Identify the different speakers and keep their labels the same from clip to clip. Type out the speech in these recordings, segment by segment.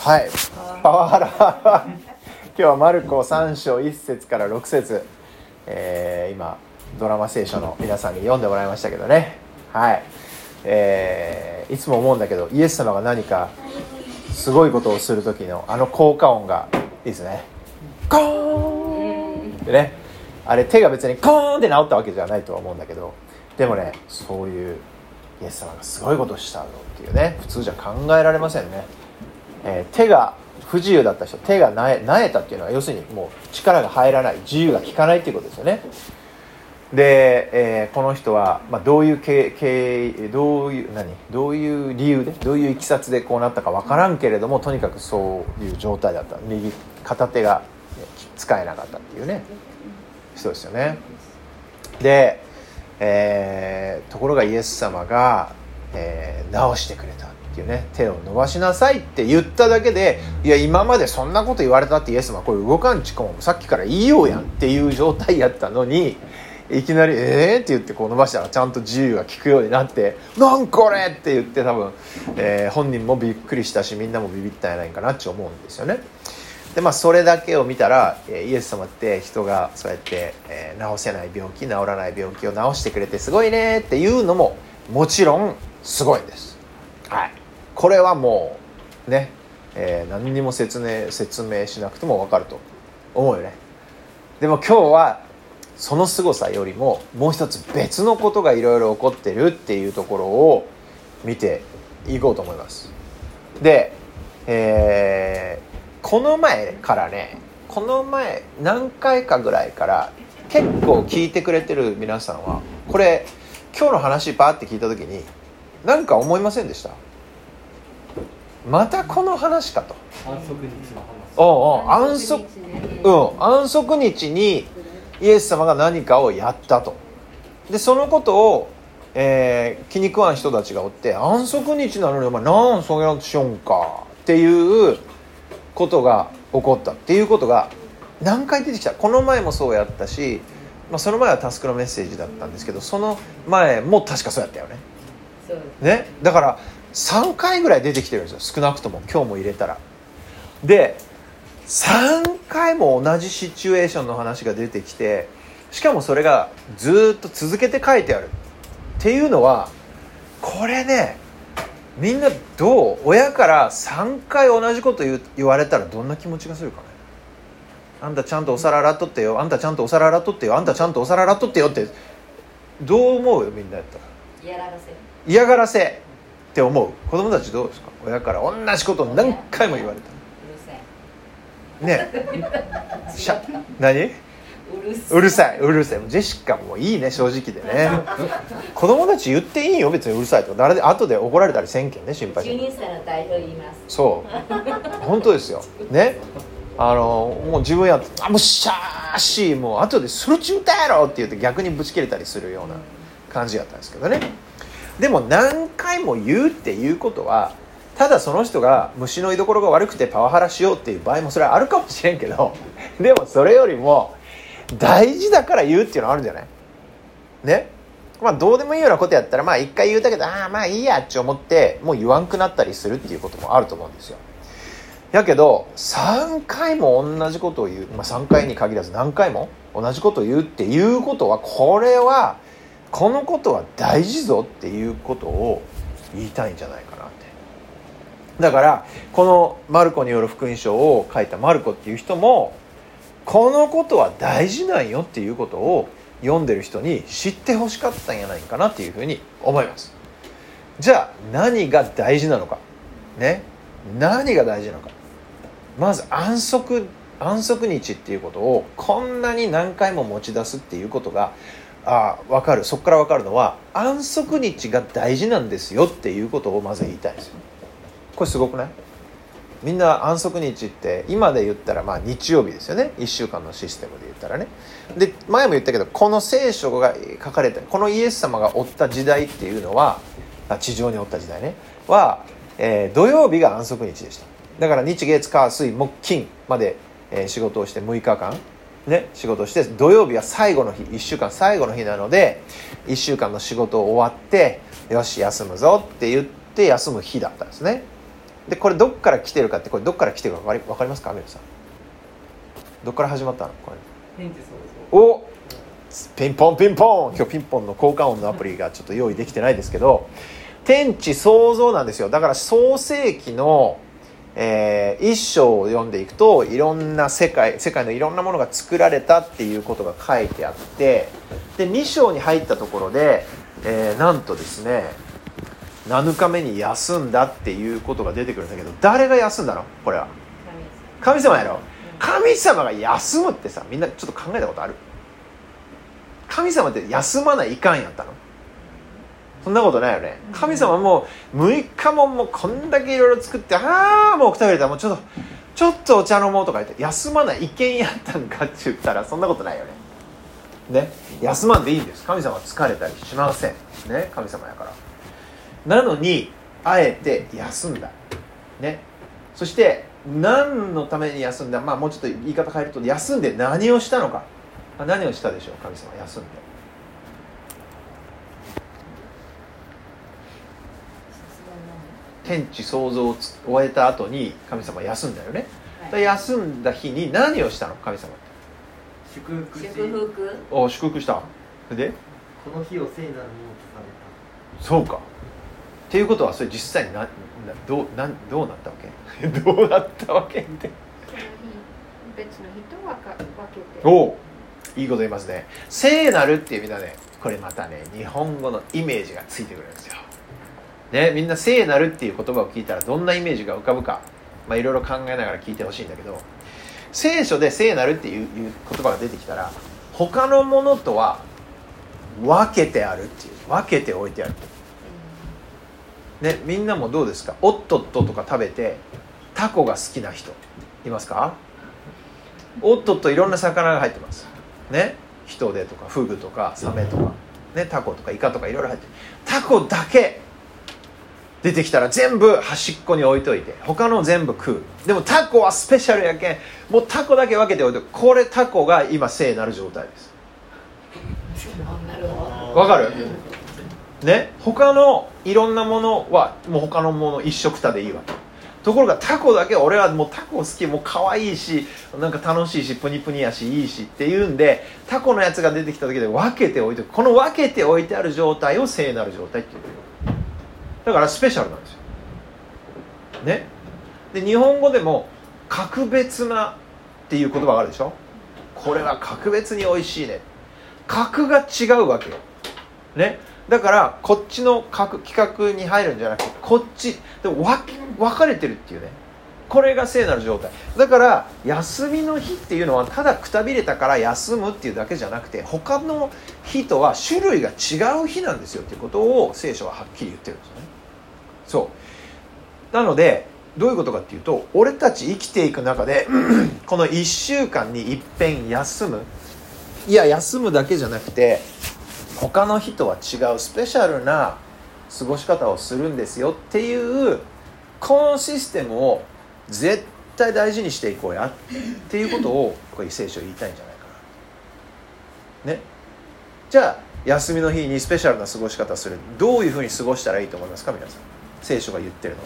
Speaker 1: はい、パワハラ今日はマルコ3章1節から6節、今ドラマ聖書の皆さんに読んでもらいましたけどね。はい、いつも思うんだけど、イエス様が何かすごいことをする時のあの効果音がいいですね。コーンってね、あれ手が別にコーンって治ったわけじゃないとは思うんだけど、でもね、そういうイエス様がすごいことをしたのっていうね、普通じゃ考えられませんね。手が不自由だった人、手がなえたっていうのは要するにもう力が入らない、自由が利かないっていうことですよね。で、この人は、どういうどういう理由で、どういういきさつでこうなったかわからんけれども、とにかくそういう状態だった。右片手が使えなかったっていうね人ですよね。で、ところがイエス様が、治してくれたっていうね、手を伸ばしなさいって言っただけで、いや今までそんなこと言われたってイエス様これ動かんちこもさっきから言いようやんっていう状態やったのに、いきなりって言ってこう伸ばしたらちゃんと自由が利くようになって、なんこれって言って多分、本人もびっくりしたし、みんなもビビったんやないかなって思うんですよね。でそれだけを見たら、イエス様って人がそうやって、治せない病気、治らない病気を治してくれてすごいねっていうのももちろんすごいんです。はい、これはもうね、何にも説明しなくても分かると思うよね。でも今日はそのすごさよりももう一つ別のことがいろいろ起こってるっていうところを見ていこうと思います。で、この前何回かぐらいから結構聞いてくれてる皆さんは、これ今日の話バーって聞いた時に何か思いませんでした？またこの話かと。安息日の話。安息日にイエス様が何かをやったと。でそのことを、気に食わん人たちがおって、安息日なのにお前なんそげなしよんかっていうことが起こったっていうことが何回出てきた。この前もそうやったし、その前はタスクのメッセージだったんですけど、その前も確かそうやったよね。そうね、だから3回ぐらい出てきてるんですよ、少なくとも今日も入れたら。で3回も同じシチュエーションの話が出てきて、しかもそれがずっと続けて書いてあるっていうのは、これね、みんなどう？親から3回同じこと言われたらどんな気持ちがするかね。あんたちゃんとお皿洗っとってよ、あんたちゃんとお皿洗っとってよ、あんたちゃんとお皿洗っとってよってどう思うよ、みんなやったら。嫌がらせって思う。子供たちどうですか？親から同じことを何回も言われたね。何？うるさい。ジェシカもいいね、正直でね。子供たち言っていいよ、別にうるさいとか。誰で後で怒られたりせんけんね、心配して。12歳の代表言います。そう本当ですよね。もう自分やってもうシャーシー、もう後でするちゅうたやろって言って逆にぶち切れたりするような感じだったんですけどね。でも何回も言うっていうことは、ただその人が虫の居所が悪くてパワハラしようっていう場合もそれはあるかもしれんけど、でもそれよりも大事だから言うっていうのはあるんじゃないね。どうでもいいようなことやったら一回言うたけど、いいやって思ってもう言わんくなったりするっていうこともあると思うんですよ。やけど3回も同じことを言う、3回に限らず何回も同じことを言うっていうことは、このことは大事ぞっていうことを言いたいんじゃないかなって。だからこのマルコによる福音書を書いたマルコっていう人も、このことは大事なんよっていうことを読んでる人に知ってほしかったんじゃないかなっていうふうに思います。じゃあ何が大事なのかね。何が大事なのか。まず安息日っていうことをこんなに何回も持ち出すっていうことが分かる。そこから分かるのは、安息日が大事なんですよっていうことをまず言いたいんですよ。これすごくない？みんな安息日って今で言ったら日曜日ですよね。1週間のシステムで言ったらね。で前も言ったけど、この聖書が書かれたこのイエス様がおった時代っていうのは、地上におった時代ねは、土曜日が安息日でした。だから日月火水木金まで、仕事をして6日間ね、仕事をして、土曜日は最後の日、1週間最後の日なので、1週間の仕事を終わってよし休むぞって言って休む日だったんですね。 でこれどっから来てるかって、これどっから来てるか分かりますか、アメリカさん。どっから始まったのこれ。
Speaker 2: 天地創造。
Speaker 1: お、ピンポンピンポン。今日ピンポンの効果音のアプリがちょっと用意できてないですけど、天地創造なんですよ。だから創世記の、一章を読んでいくと、いろんな世界のいろんなものが作られたっていうことが書いてあって、で2章に入ったところで、なんとですね、7日目に休んだっていうことが出てくるんだけど、誰が休んだのこれは。神様やろ。神様が休むってさ、みんなちょっと考えたことある？神様って休まないかんやったの？そんなことないよね。神様もう6日ももうこんだけいろいろ作って、もうくたびれた、もうちょっとお茶飲もうとか言って休まない意見やったんかって言ったらそんなことないよね。ね、休まんでいいんです。神様は疲れたりしませんね、神様やから。なのにあえて休んだね。そして何のために休んだ、もうちょっと言い方変えると、休んで何をしたのか。何をしたでしょう、神様は休んで。天地創造を終えた後に神様は休んだよね、はい、休んだ日に何をしたの神様って。
Speaker 2: 祝福
Speaker 1: 祝福した。で
Speaker 2: この日を聖なるものとされ
Speaker 1: た。そうか。っていうことはそれ実際にどうなったわけどうなったわけって。
Speaker 3: 別の日と分けて。
Speaker 1: お、いいこと言いますね。聖なるっていう意味だね。これまたね、日本語のイメージがついてくるんですよね。みんな聖なるっていう言葉を聞いたらどんなイメージが浮かぶか、いろいろ考えながら聞いてほしいんだけど、聖書で聖なるっていう言葉が出てきたら、他のものとは分けてあるっていう、分けておいてある、ね、みんなもどうですか。おっとっととか食べてタコが好きな人いますか。おっとっといろんな魚が入ってますね。ヒトデとかフグとかサメとか、ね、タコとかイカとかいろいろ入ってる。タコだけ出てきたら全部端っこに置いといて、他の全部食う。でもタコはスペシャルやけん、もうタコだけ分けておいて、これタコが今聖なる状態です。わかるね。他のいろんなものはもう他のもの一緒くたでいいわけ。ところがタコだけ、俺はもうタコ好き、もう可愛いし、なんか楽しいし、プニプニやし、いいしっていうんで、タコのやつが出てきた時で分けておいて、この分けておいてある状態を聖なる状態っていう。だからスペシャルなんですよね。で日本語でも格別なっていう言葉があるでしょ。これは格別に美味しいね。格が違うわけよね。だからこっちの規格に入るんじゃなくて、こっちでも分かれてるっていうね。これが聖なる状態だから、休みの日っていうのはただくたびれたから休むっていうだけじゃなくて、他の日とは種類が違う日なんですよっていうことを聖書ははっきり言ってるんですよね。そうなので、どういうことかっていうと、俺たち生きていく中でこの1週間に一遍休む、いや休むだけじゃなくて、他の日とは違うスペシャルな過ごし方をするんですよっていうこのシステムを絶対大事にしていこうやっていうことをこういう聖書言いたいんじゃないかなね。じゃあ休みの日にスペシャルな過ごし方する、どういうふうに過ごしたらいいと思いますか皆さん。聖書が言ってる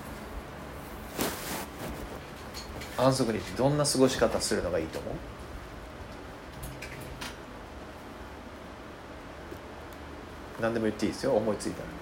Speaker 1: の、安息日どんな過ごし方するのがいいと思う。何でも言っていいですよ、思いついたら。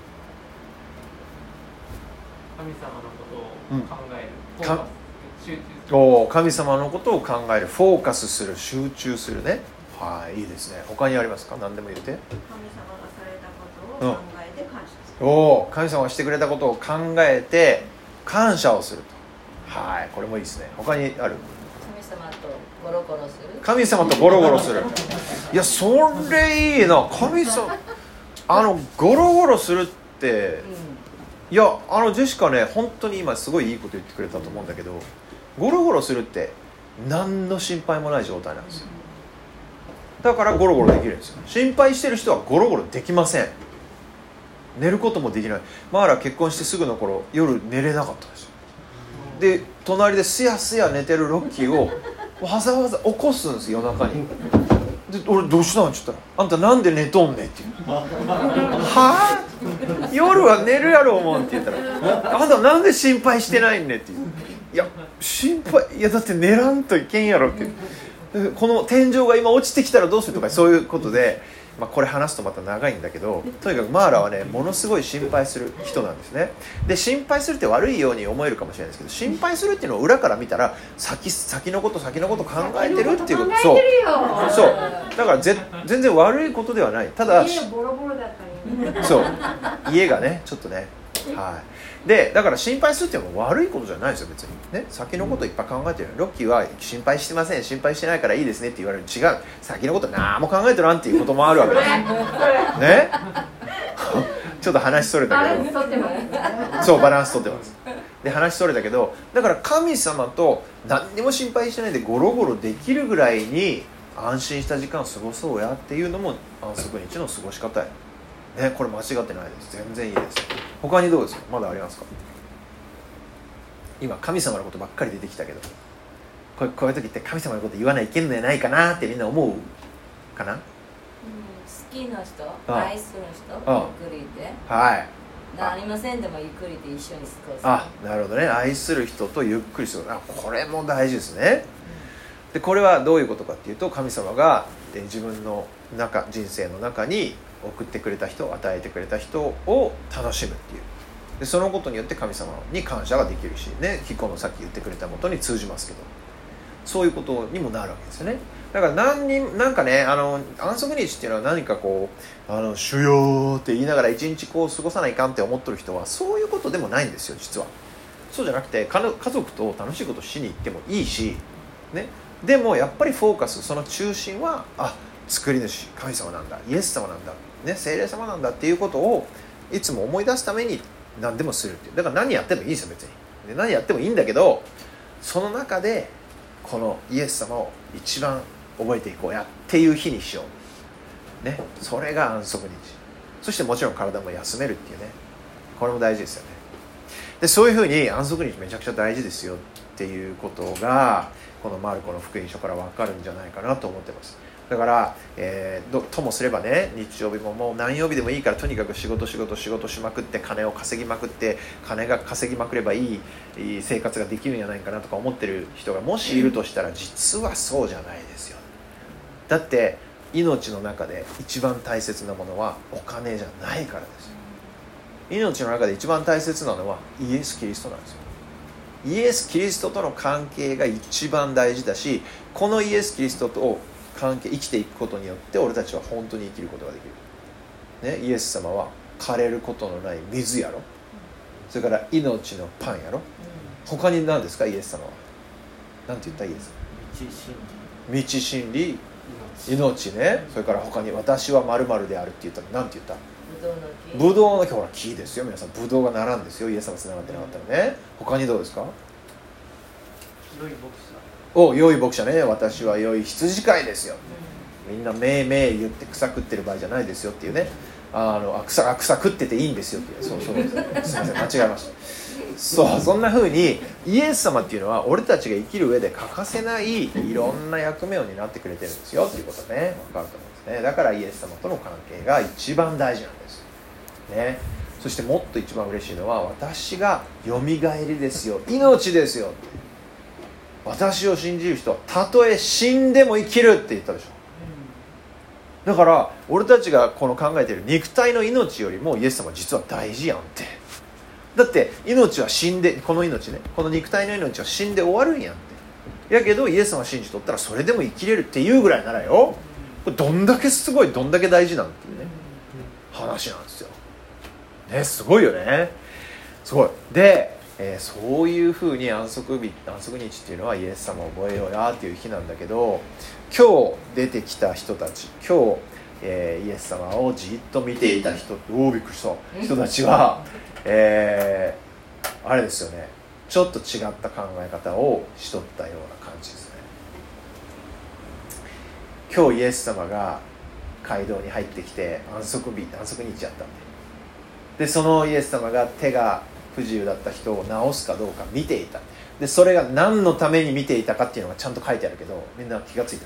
Speaker 2: 神様のことを考える、集中す
Speaker 1: る。神様のことを考える、フォーカスする、集中するね。はい、いいですね。他にありますか。何でも言って。
Speaker 3: 神様がされたことを考えて感謝する。
Speaker 1: 神様がしてくれたことを考えて感謝をすると。はい、これもいいですね。他にある。
Speaker 3: 神様とゴロゴロする。
Speaker 1: 神様とゴロゴロする。いや、それいいな。神様ゴロゴロするって、いやジェシカね、本当に今すごいいいこと言ってくれたと思うんだけど、ゴロゴロするって何の心配もない状態なんですよ。だからゴロゴロできるんですよ。心配してる人はゴロゴロできません。寝ることもできない。マーラ結婚してすぐの頃、夜寝れなかったんですよ。で隣ですやすや寝てるロッキーをわざわざ起こすんですよ、夜中に。で俺どうしたんって言ったら、あんたなんで寝とんねんって言う。はぁ夜は寝るやろうもんって言ったらあんたなんで心配してないんねって言う。いや心配いやだって寝らんといけんやろっていう。この天井が今落ちてきたらどうするとかそういうことで、これ話すとまた長いんだけど、とにかくマーラはねものすごい心配する人なんですね。で心配するって悪いように思えるかもしれないですけど、心配するっていうのを裏から見たら先のこと考えてるっていうこと。そうだから全然悪いことではない。ただ
Speaker 3: 家ボロボロだったり
Speaker 1: そう家がねちょっとね、でだから心配するっていうのも悪いことじゃないですよ別にね。先のこといっぱい考えてる。ロッキーは心配してません、心配してないからいいですねって言われる。違う、先のこと何も考えてらんっていうこともあるわけですねちょっと話それたけど、そうバランスとってますで話それたけど、だから神様と何にも心配してないでゴロゴロできるぐらいに安心した時間を過ごそうやっていうのも安息日の過ごし方やね。これ間違ってないです。全然いいです。他にどうですか？まだありますか？今神様のことばっかり出てきたけど、こういう時って神様のこと言わないといけんのじゃないかなってみんな思うかな？
Speaker 4: 好きな人、愛する人、ゆっくりで、何もせんでもゆっくりで一緒に過ごす。
Speaker 1: なるほどね。愛する人とゆっくり過ごす。これも大事ですね。でこれはどういうことかっていうと、神様が自分の人生の中に送ってくれた人、与えてくれた人を楽しむっていう。でそのことによって神様に感謝ができるしね、ヒコのさっき言ってくれたことに通じますけど、そういうことにもなるわけですよね。だからなんかね、安息日っていうのは何かこう主よって言いながら一日こう過ごさないかんって思ってる人はそういうことでもないんですよ実は。そうじゃなくて家族と楽しいことしに行ってもいいしね。でもやっぱりフォーカス、その中心は作り主神様なんだ、イエス様なんだ、ね、聖霊様なんだっていうことをいつも思い出すために何でもするっていう。だから何やってもいいですよ別に。で何やってもいいんだけど、その中でこのイエス様を一番覚えていこうやっていう日にしよう、ね、それが安息日。そしてもちろん体も休めるっていうね、これも大事ですよね。でそういうふうに安息日めちゃくちゃ大事ですよっていうことがこのマルコの福音書から分かるんじゃないかなと思ってます。だから、ともすればね、日曜日ももう何曜日でもいいからとにかく仕事しまくって金を稼ぎまくって、金が稼ぎまくればいい生活ができるんじゃないかなとか思ってる人がもしいるとしたら、実はそうじゃないですよ。だって命の中で一番大切なものはお金じゃないからです。命の中で一番大切なのはイエス・キリストなんですよ。イエス・キリストとの関係が一番大事だし、このイエス・キリストと生きていくことによって俺たちは本当に生きることができる、ね、イエス様は枯れることのない水やろ、それから命のパンやろ、他に何ですかイエス様は。何て言ったイエス様？道真理命ね。それから他に私は〇〇であるって言ったら何て言った？ブドウの木。ほら木ですよ皆さん。ブドウが並んですよ、イエス様つながってなかったらね。他にどうですか？良い牧者ね。私は良い羊飼いですよ。みんなめいめい言って草食ってる場合じゃないですよっていうね。草食ってていいんですよっていう。そうすいません間違えました。そんな風にイエス様っていうのは俺たちが生きる上で欠かせないいろんな役目を担ってくれてるんですよっていうことね、分かると思うんですね。だからイエス様との関係が一番大事なんですね。そしてもっと一番嬉しいのは、私がよみがえりですよ、命ですよって。私を信じる人はたとえ死んでも生きるって言ったでしょ。だから俺たちがこの考えている肉体の命よりもイエス様は実は大事やんって。だって命は死んで、この命ね、この肉体の命は死んで終わるんやんって。やけどイエス様を信じとったらそれでも生きれるっていうぐらいならよ、これどんだけすごい、どんだけ大事なんていうね話なんですよね。すごいよね、すごい。でそういうふうに安息日っていうのはイエス様を覚えようやっていう日なんだけど、今日出てきた人たち、今日、イエス様をじっと見ていた人、びっくりした人たちは、あれですよね、ちょっと違った考え方をしとったような感じですね。今日イエス様が街道に入ってきて安息日やったんで、そのイエス様が手が不自由だった人を治すかどうか見ていた。でそれが何のために見ていたかっていうのがちゃんと書いてあるけど、みんな気がついた？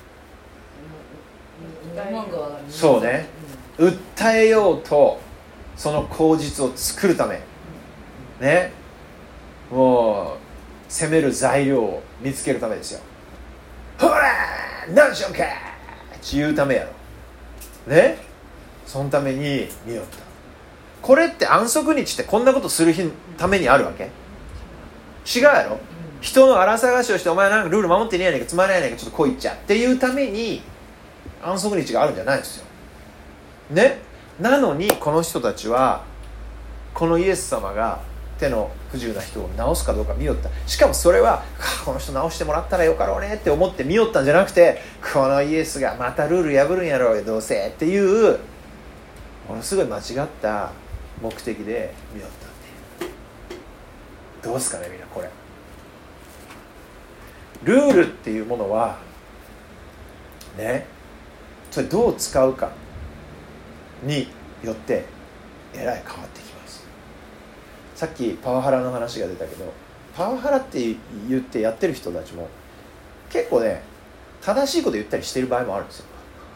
Speaker 1: そうね、訴えようとその口実を作るためね、もう攻める材料を見つけるためですよ。ほら何しようかって言うためやろね。そのために見よった。これって安息日ってこんなことするためにあるわけ？違うやろ。人の荒探しをして、お前なんかルール守ってねえやねんか、つまらないやねんか、ちょっと来いっちゃっていうために安息日があるんじゃないですよね。なのにこの人たちはこのイエス様が手の不自由な人を治すかどうか見よった。しかもそれはこの人治してもらったらよかろうねって思って見よったんじゃなくて、このイエスがまたルール破るんやろうよどうせっていうものすごい間違った目的で見よったっていう。どうですかねみんな。これルールっていうものはね、それどう使うかによってえらい変わってきます。さっきパワハラの話が出たけど、パワハラって言ってやってる人たちも結構ね正しいこと言ったりしてる場合もあるんですよ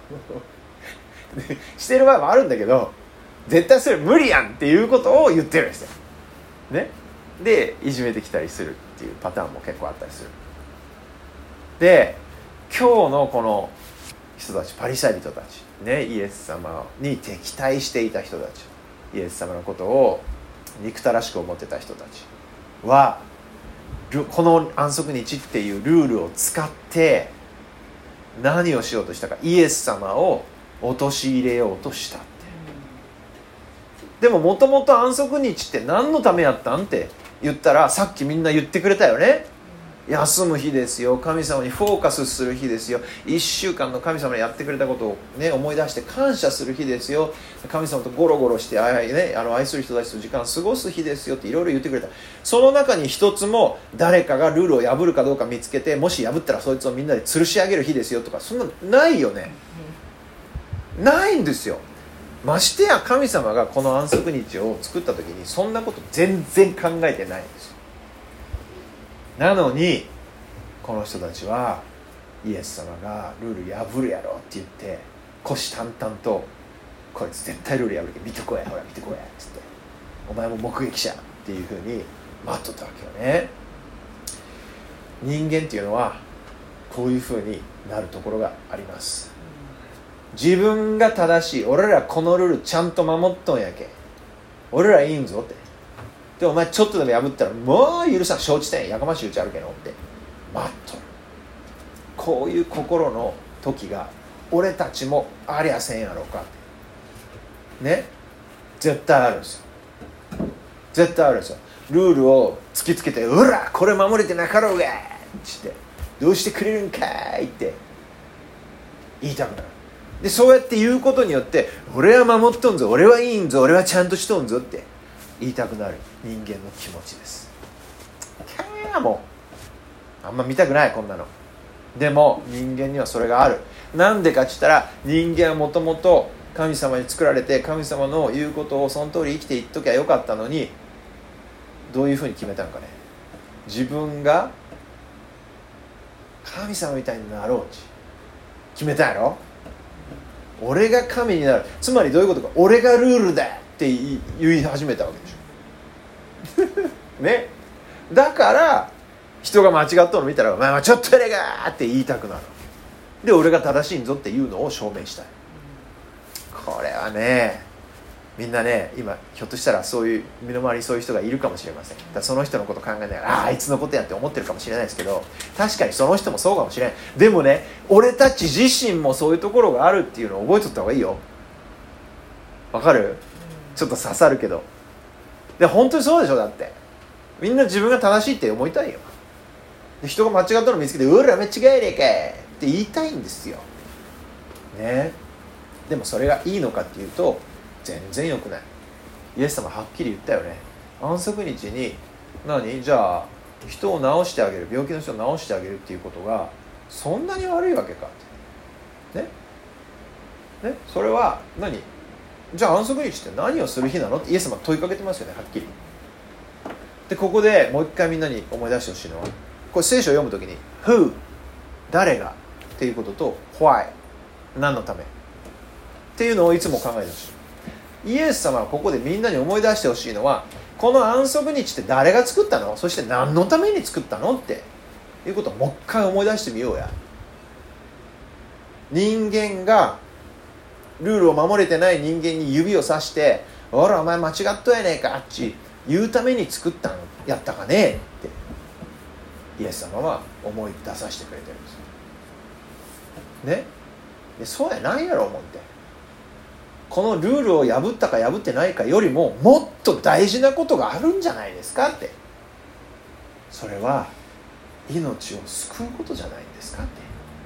Speaker 1: してる場合もあるんだけど、絶対それ無理やんっていうことを言ってるんですよね。でいじめてきたりするっていうパターンも結構あったりする。で今日のこの人たち、パリサイ人たちね、イエス様に敵対していた人たち、イエス様のことを憎たらしく思ってた人たちはこの安息日っていうルールを使って何をしようとしたか。イエス様を陥れようとしたって。でももともと安息日って何のためやったんって言ったら、さっきみんな言ってくれたよね。休む日ですよ、神様にフォーカスする日ですよ、1週間の神様にやってくれたことを、ね、思い出して感謝する日ですよ、神様とゴロゴロして愛する人たちと時間を過ごす日ですよっていろいろ言ってくれた。その中に一つも誰かがルールを破るかどうか見つけて、もし破ったらそいつをみんなで吊るし上げる日ですよとか、そんなないよね。ないんですよ。ましてや神様がこの安息日を作った時にそんなこと全然考えてないんですよ。なのにこの人たちはイエス様がルール破るやろって言って虎視眈々と、こいつ絶対ルール破るけど見てこいや、ほら見てこいやっつって、お前も目撃者っていう風に待っとったわけよね。人間っていうのはこういう風になるところがあります。自分が正しい、俺らこのルールちゃんと守っとんやけ、俺らいいんぞって。でお前ちょっとでも破ったらもう許さん、承知点やかましいうちあるけどって待っとる。こういう心の時が俺たちもありゃせんやろうかってね、絶対あるんですよ。絶対あるんですよ。ルールを突きつけて、うらこれ守れてなかろうがってどうしてくれるんかいって言いたくなる。でそうやって言うことによって、俺は守っとんぞ、俺はいいんぞ、俺はちゃんとしとんぞって言いたくなる人間の気持ちです。もうあんま見たくないこんなの。でも人間にはそれがある。なんでかって言ったら、人間はもともと神様に作られて、神様の言うことをその通り生きていっときゃよかったのに、どういうふうに決めたのかね。自分が神様みたいになろうって決めたやろ。俺が神になる、つまりどういうことか、俺がルールだって言い始めたわけでしょね。だから人が間違ったのを見たら、まあちょっとやれがって言いたくなる。で俺が正しいんぞっていうのを証明したい。これはね、みんなね、今ひょっとしたらそういう身の回りにそういう人がいるかもしれません。だからその人のこと考えながら、あいつのことやって思ってるかもしれないですけど、確かにその人もそうかもしれん。でもね、俺たち自身もそういうところがあるっていうのを覚えとった方がいいよ。わかる？ちょっと刺さるけど。で本当にそうでしょ。だってみんな自分が正しいって思いたいよ。で人が間違ったのを見つけて、うら間違いねえかいって言いたいんですよね。でもそれがいいのかっていうと、全然良くない。イエス様はっきり言ったよね。安息日にじゃあ人を治してあげる、病気の人を治してあげるっていうことがそんなに悪いわけかってね。それはじゃあ安息日って何をする日なのってイエス様問いかけてますよね、はっきり。でここでもう一回みんなに思い出してほしいのは、これ聖書を読むときに Who 誰がっていうことと Why 何のためっていうのをいつも考えてほしい。 イエス様はここでみんなに思い出してほしいのは、この安息日って誰が作ったの、そして何のために作ったのっていうことをもう一回思い出してみようや。人間がルールを守れてない人間に指をさして、ほらお前間違っとやねえかあっち言うために作ったんやったかねってイエス様は思い出させてくれてるんですね。でそうやなんやろ思って、このルールを破ったか破ってないかよりももっと大事なことがあるんじゃないですかって、それは命を救うことじゃないんですかって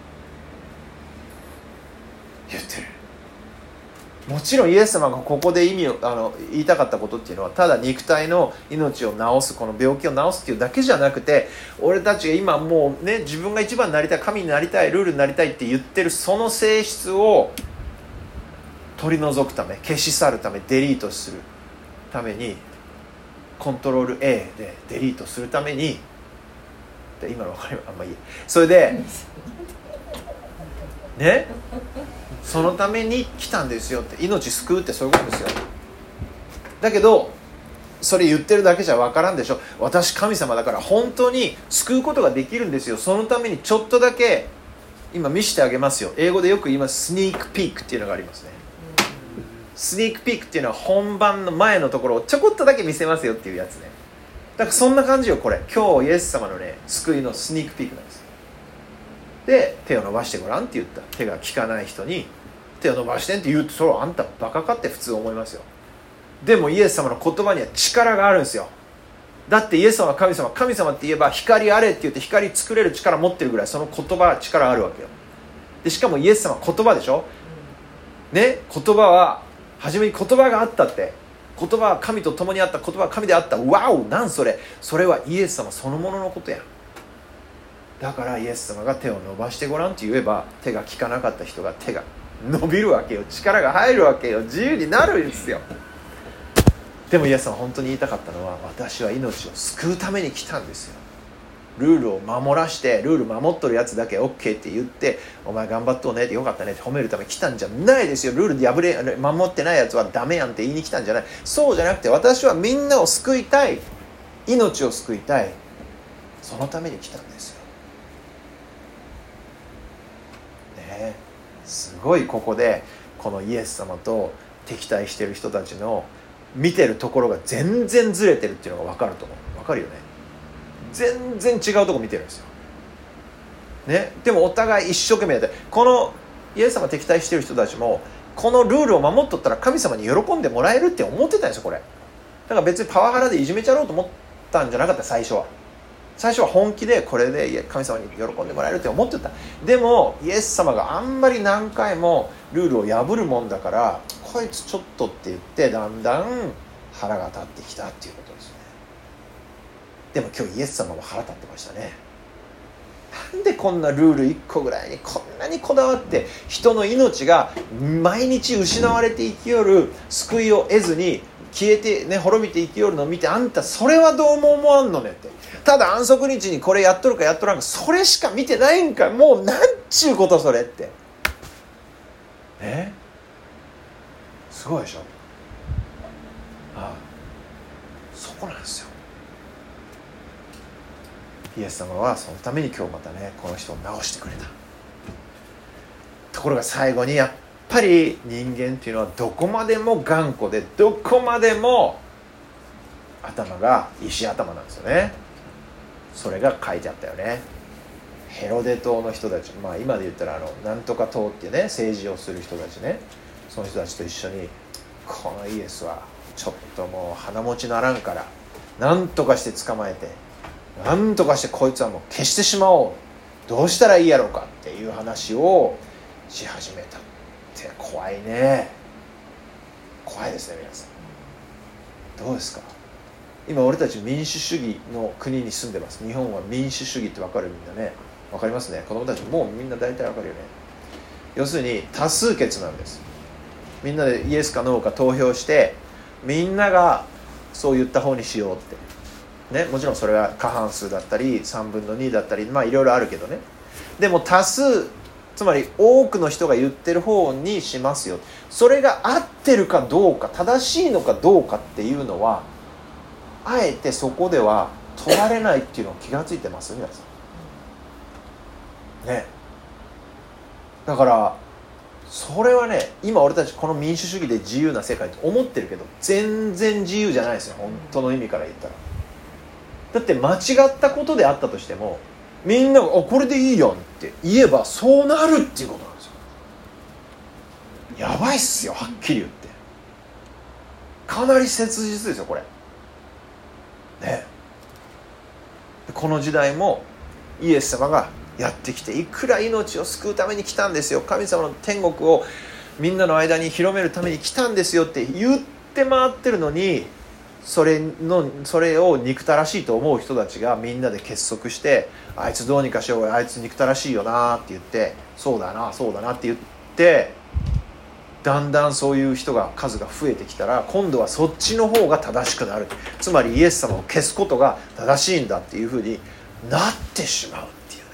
Speaker 1: 言ってる。もちろんイエス様がここで言いたかったことっていうのは、ただ肉体の命を治す、この病気を治すっていうだけじゃなくて、俺たちが今もうね、自分が一番になりたい、神になりたい、ルールになりたいって言ってるその性質を取り除くため、消し去るため、デリートするために、コントロール A でデリートするために、今の分かります？あんまいい。それでね、そのために来たんですよって、命救うってそういうことですよ。だけどそれ言ってるだけじゃ分からんでしょ。私神様だから本当に救うことができるんですよ。そのためにちょっとだけ今見せてあげますよ。英語でよく言います、スニークピークっていうのがありますね。スニークピークっていうのは本番の前のところをちょこっとだけ見せますよっていうやつね。だからそんな感じよこれ。今日イエス様のね、救いのスニークピークなんです。で手を伸ばしてごらんって言った。手が効かない人に手を伸ばしてんって言うと、それはあんたバカかって普通思いますよ。でもイエス様の言葉には力があるんですよ。だってイエス様は神様、神様って言えば光あれって言って光作れる力持ってるぐらい、その言葉は力あるわけよ。でしかもイエス様は言葉でしょね。言葉は初めに言葉があったって、言葉は神と共にあった、言葉は神であった。ワオ、なんそれ、それはイエス様そのもののことや。だからイエス様が手を伸ばしてごらんって言えば、手が効かなかった人が手が伸びるわけよ。力が入るわけよ。自由になるんですよ。でもイエス様は本当に言いたかったのは、私は命を救うために来たんですよ。ルールを守らして、ルール守っとるやつだけ OK って言って、お前頑張っとうねって、よかったねって褒めるために来たんじゃないですよ。ルール守ってないやつはダメやんって言いに来たんじゃない。そうじゃなくて、私はみんなを救いたい、命を救いたい、そのために来たんですよ。ね、すごいここでこのイエス様と敵対してる人たちの見てるところが全然ずれてるっていうのが分かると思う。分かるよね。全然違うとこ見てるんですよ、ね、でもお互い一生懸命やって、このイエス様敵対してる人たちもこのルールを守っとったら神様に喜んでもらえるって思ってたんですよ。これだから別にパワハラでいじめちゃろうと思ったんじゃなかった。最初は本気でこれで神様に喜んでもらえるって思ってた。でもイエス様があんまり何回もルールを破るもんだから、こいつちょっとって言ってだんだん腹が立ってきたっていうことですね。でも今日イエス様も腹立ってましたね。なんでこんなルール1個ぐらいにこんなにこだわって人の命が毎日失われて生きよる、救いを得ずに消えてね、滅びて生きよるのを見て、あんたそれはどうも思わんのねって。ただ安息日にこれやっとるかやっとらんか、それしか見てないんか、もうなんちゅうことそれってすごいでしょ。そこなんですよ。イエス様はそのために今日またね、この人を治してくれた。ところが最後にやっぱり人間っていうのはどこまでも頑固で、どこまでも頭が石頭なんですよね。それが書いてあったよね。ヘロデ島の人たち、今で言ったらなんとか島っていうね、政治をする人たちね、その人たちと一緒に、このイエスはちょっともう鼻持ちならんから、なんとかして捕まえて、なんとかしてこいつはもう消してしまおう、どうしたらいいやろうかっていう話をし始めたって。怖いね。怖いですね。皆さんどうですか。今俺たち民主主義の国に住んでます。日本は民主主義って分かる？みんなね、分かりますね。子供たちもうみんな大体分かるよね。要するに多数決なんです。みんなでイエスかノーか投票して、みんながそう言った方にしようってね、もちろんそれは過半数だったり3分の2だったり、いろいろあるけどね。でも多数つまり多くの人が言ってる方にしますよ。それが合ってるかどうか、正しいのかどうかっていうのはあえてそこでは問われないっていうのを気がついてます皆さんね。だからそれはね、今俺たちこの民主主義で自由な世界と思ってるけど全然自由じゃないですよ、本当の意味から言ったら。だって間違ったことであったとしてもみんながこれでいいやんって言えばそうなるっていうことなんですよ。やばいっすよ、はっきり言って。かなり切実ですよこれね。この時代もイエス様がやってきて、いくら命を救うために来たんですよ、神様の天国をみんなの間に広めるために来たんですよって言って回ってるのに、それを憎たらしいと思う人たちがみんなで結束して、あいつどうにかしようよ、あいつ憎たらしいよなって言って、そうだなそうだなって言って、だんだんそういう人が数が増えてきたら今度はそっちの方が正しくなる、つまりイエス様を消すことが正しいんだっていうふうになってしまうっていうね。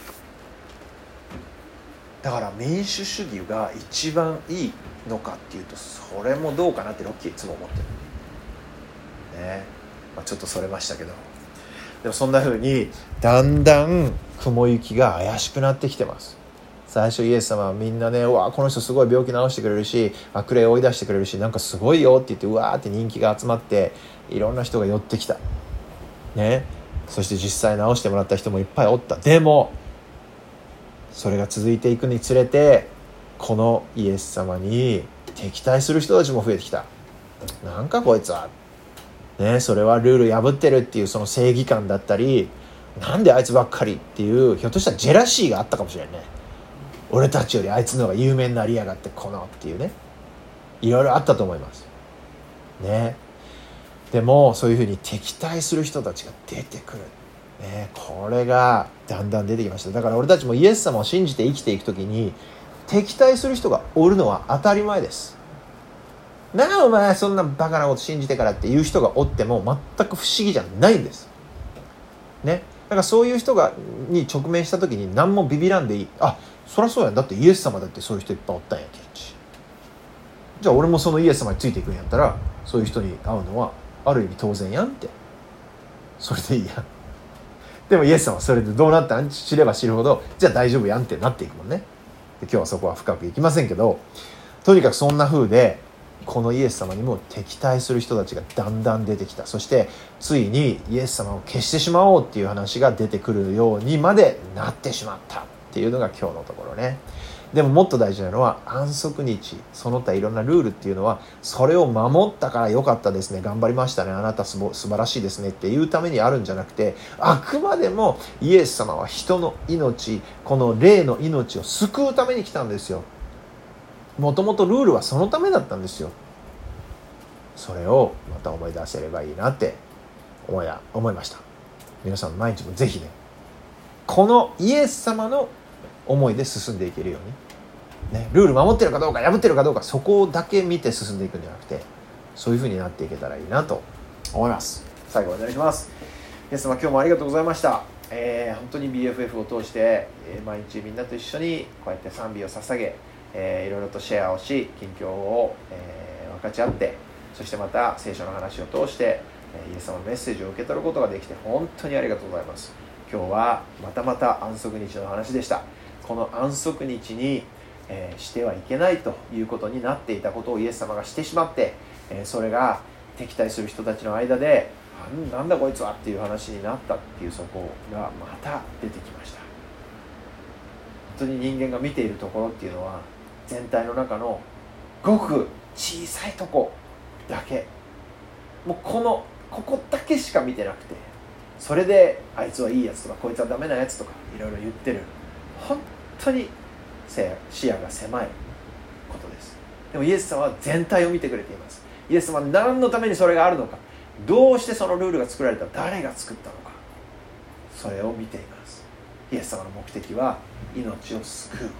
Speaker 1: だから民主主義が一番いいのかっていうとそれもどうかなってロッキーいつも思ってるね。ちょっとそれましたけど、でもそんな風にだんだん雲行きが怪しくなってきてます。最初イエス様はみんなね、うわこの人すごい病気治してくれるし悪霊追い出してくれるしなんかすごいよって言って、うわーって人気が集まっていろんな人が寄ってきたね。そして実際治してもらった人もいっぱいおった。でもそれが続いていくにつれてこのイエス様に敵対する人たちも増えてきた。なんかこいつはね、それはルール破ってるっていうその正義感だったり、なんであいつばっかりっていうひょっとしたらジェラシーがあったかもしれんね。俺たちよりあいつの方が有名になりやがってこのっていうね、いろいろあったと思いますね。でもそういうふうに敵対する人たちが出てくるね、これがだんだん出てきました。だから俺たちもイエス様を信じて生きていくときに敵対する人がおるのは当たり前です。なあお前そんなバカなこと信じてからっていう人がおっても全く不思議じゃないんですね。だからそういう人に直面した時に何もビビらんでいい。あ、そりゃそうやん、だってイエス様だってそういう人いっぱいおったんやけんち。じゃあ俺もそのイエス様についていくんやったらそういう人に会うのはある意味当然やんって、それでいいやん。でもイエス様はそれでどうなったん知れば知るほどじゃあ大丈夫やんってなっていくもんね。で今日はそこは深くいきませんけど、とにかくそんな風でこのイエス様にも敵対する人たちがだんだん出てきた。そしてついにイエス様を消してしまおうっていう話が出てくるようにまでなってしまったっていうのが今日のところね。でももっと大事なのは安息日、その他いろんなルールっていうのはそれを守ったからよかったですね、頑張りましたね、あなた素晴らしいですねっていうためにあるんじゃなくて、あくまでもイエス様は人の命、この霊の命を救うために来たんですよ。もともとルールはそのためだったんですよ。それをまた思い出せればいいなって思いました。皆さん毎日もぜひね、このイエス様の思いで進んでいけるように、ね、ルール守ってるかどうか破ってるかどうかそこだけ見て進んでいくんじゃなくて、そういう風になっていけたらいいなと思います。最後お願いします。イエス様今日もありがとうございました。本当に BFF を通して、毎日みんなと一緒にこうやって賛美を捧げ、いろいろとシェアをし近況を、分かち合って、そしてまた聖書の話を通してイエス様のメッセージを受け取ることができて本当にありがとうございます。今日はまたまた安息日の話でした。この安息日に、してはいけないということになっていたことをイエス様がしてしまって、それが敵対する人たちの間でなんだこいつはっていう話になったっていうそこがまた出てきました。本当に人間が見ているところっていうのは全体の中のごく小さいとこだけ、もうここだけしか見てなくて、それであいつはいいやつとかこいつはダメなやつとかいろいろ言ってる、本当に視野が狭いことです。でもイエス様は全体を見てくれています。イエス様は何のためにそれがあるのか、どうしてそのルールが作られた、誰が作ったのか、それを見ています。イエス様の目的は命を救うことです。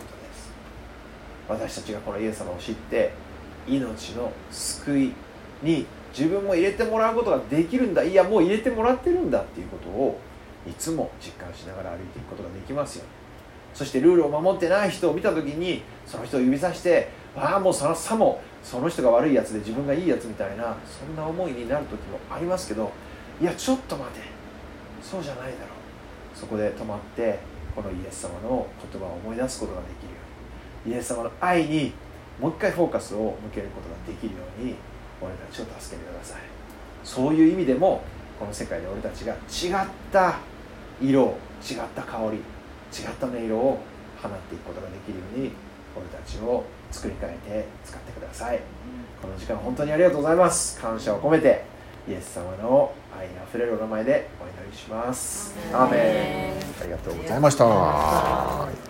Speaker 1: 私たちがこのイエス様を知って命の救いに自分も入れてもらうことができるんだ、いやもう入れてもらってるんだっていうことをいつも実感しながら歩いていくことができますように、 そしてルールを守ってない人を見た時にその人を指さして、ああもうさもその人が悪いやつで自分がいいやつみたいな、そんな思いになる時もありますけど、いやちょっと待て、そうじゃないだろう。そこで止まってこのイエス様の言葉を思い出すことができるように、イエス様の愛にもう一回フォーカスを向けることができるように俺たちを助けてください。そういう意味でもこの世界で俺たちが違った色、違った香り、違った音色を放っていくことができるように俺たちを作り変えて使ってください。この時間本当にありがとうございます。感謝を込めてイエス様の愛にあふれるお名前でお祈りします。アーメン。ありがとうございました。